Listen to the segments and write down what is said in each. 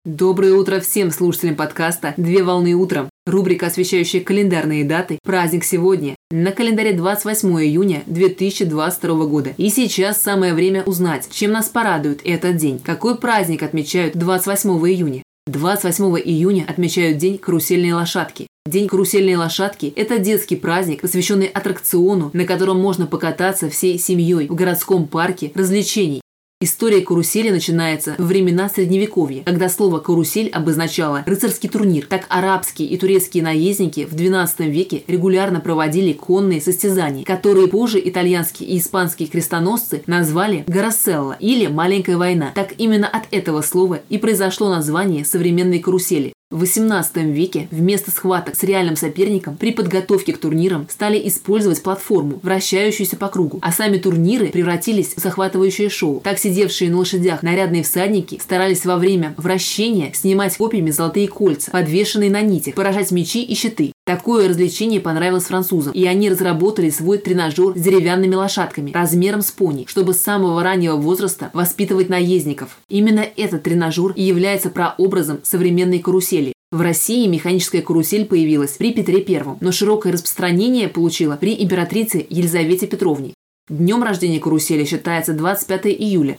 Доброе утро всем слушателям подкаста «Две волны утром». Рубрика, освещающая календарные даты. Праздник сегодня. На календаре 28 июня 2022 года. И сейчас самое время узнать, чем нас порадует этот день. Какой праздник отмечают 28 июня? 28 июня отмечают День карусельной лошадки. День карусельной лошадки – это детский праздник, посвященный аттракциону, на котором можно покататься всей семьей в городском парке развлечений. История карусели начинается во времена Средневековья, когда слово «карусель» обозначало рыцарский турнир. Так арабские и турецкие наездники в XII веке регулярно проводили конные состязания, которые позже итальянские и испанские крестоносцы назвали «гараселла» или «маленькая война». Так именно от этого слова и произошло название современной карусели. В XVIII веке вместо схваток с реальным соперником при подготовке к турнирам стали использовать платформу, вращающуюся по кругу, а сами турниры превратились в захватывающее шоу. Так сидевшие на лошадях нарядные всадники старались во время вращения снимать копьями золотые кольца, подвешенные на нитях, поражать мечи и щиты. Такое развлечение понравилось французам, и они разработали свой тренажер с деревянными лошадками размером с пони, чтобы с самого раннего возраста воспитывать наездников. Именно этот тренажер и является прообразом современной карусели. В России механическая карусель появилась при Петре I, но широкое распространение получила при императрице Елизавете Петровне. Днем рождения карусели считается 25 июля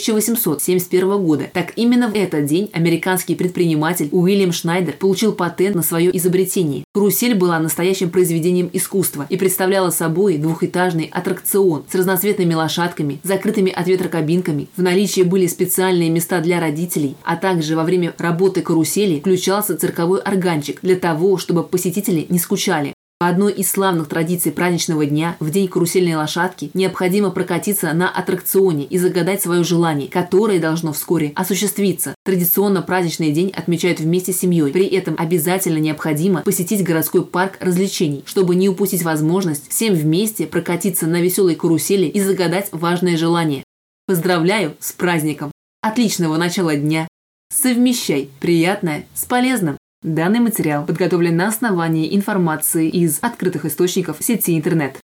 1871 года. Так именно в этот день американский предприниматель Уильям Шнайдер получил патент на свое изобретение. Карусель была настоящим произведением искусства и представляла собой двухэтажный аттракцион с разноцветными лошадками, закрытыми от ветра кабинками. В наличии были специальные места для родителей, а также во время работы карусели включался цирковой органчик для того, чтобы посетители не скучали. По одной из славных традиций праздничного дня, в день карусельной лошадки, необходимо прокатиться на аттракционе и загадать свое желание, которое должно вскоре осуществиться. Традиционно праздничный день отмечают вместе с семьей. При этом обязательно необходимо посетить городской парк развлечений, чтобы не упустить возможность всем вместе прокатиться на веселой карусели и загадать важное желание. Поздравляю с праздником! Отличного начала дня! Совмещай приятное с полезным! Данный материал подготовлен на основании информации из открытых источников сети интернет.